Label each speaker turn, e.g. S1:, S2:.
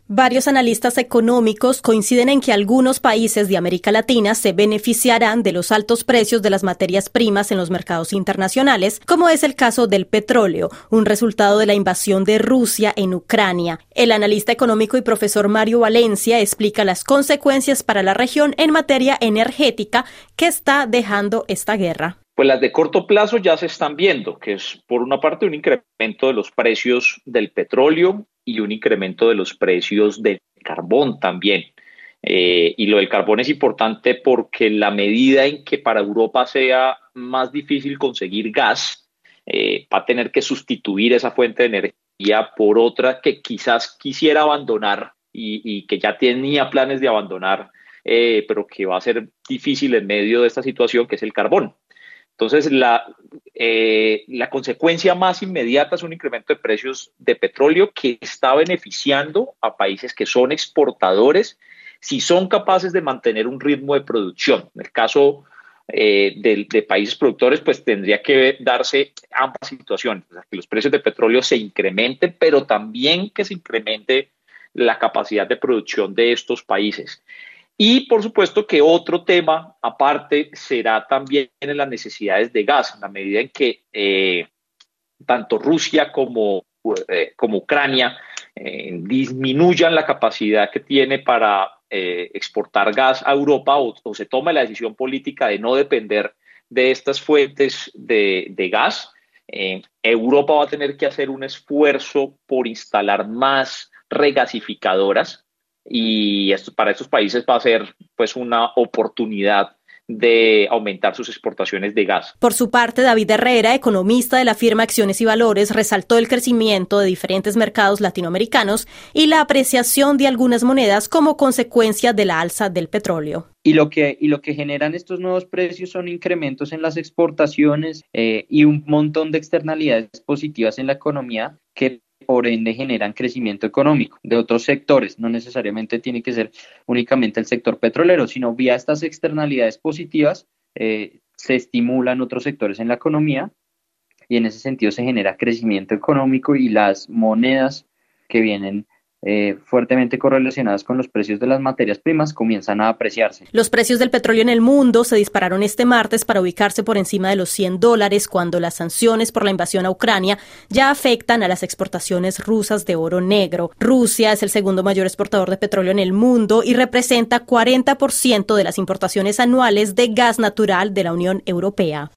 S1: Varios analistas económicos coinciden en que algunos países de América Latina se beneficiarán de los altos precios de las materias primas en los mercados internacionales, como es el caso del petróleo, un resultado de la invasión de Rusia en Ucrania. El analista económico y profesor Mario Valencia explica las consecuencias para la región en materia energética que está dejando esta guerra.
S2: Pues las de corto plazo ya se están viendo, que es por una parte un incremento de los precios del petróleo y un incremento de los precios del carbón también. Y lo del carbón es importante porque la medida en que para Europa sea más difícil conseguir gas, va a tener que sustituir esa fuente de energía por otra que quizás quisiera abandonar y que ya tenía planes de abandonar, pero que va a ser difícil en medio de esta situación, que es el carbón. Entonces, la consecuencia más inmediata es un incremento de precios de petróleo que está beneficiando a países que son exportadores si son capaces de mantener un ritmo de producción. En el caso de países productores, pues tendría que darse ambas situaciones, o sea, que los precios de petróleo se incrementen, pero también que se incremente la capacidad de producción de estos países. Y por supuesto que otro tema aparte será también en las necesidades de gas, en la medida en que tanto Rusia como Ucrania disminuyan la capacidad que tiene para exportar gas a Europa o se tome la decisión política de no depender de estas fuentes de gas, Europa va a tener que hacer un esfuerzo por instalar más regasificadoras. Y esto para estos países va a ser pues una oportunidad de aumentar sus exportaciones de gas.
S1: Por su parte, David Herrera, economista de la firma Acciones y Valores, resaltó el crecimiento de diferentes mercados latinoamericanos y la apreciación de algunas monedas como consecuencia de la alza del petróleo.
S3: Y lo que generan estos nuevos precios son incrementos en las exportaciones y un montón de externalidades positivas en la economía que por ende generan crecimiento económico de otros sectores. No necesariamente tiene que ser únicamente el sector petrolero, sino vía estas externalidades positivas se estimulan otros sectores en la economía y en ese sentido se genera crecimiento económico y las monedas que vienen fuertemente correlacionadas con los precios de las materias primas comienzan a apreciarse.
S1: Los precios del petróleo en el mundo se dispararon este martes para ubicarse por encima de los $100 cuando las sanciones por la invasión a Ucrania ya afectan a las exportaciones rusas de oro negro. Rusia es el segundo mayor exportador de petróleo en el mundo y representa 40% de las importaciones anuales de gas natural de la Unión Europea.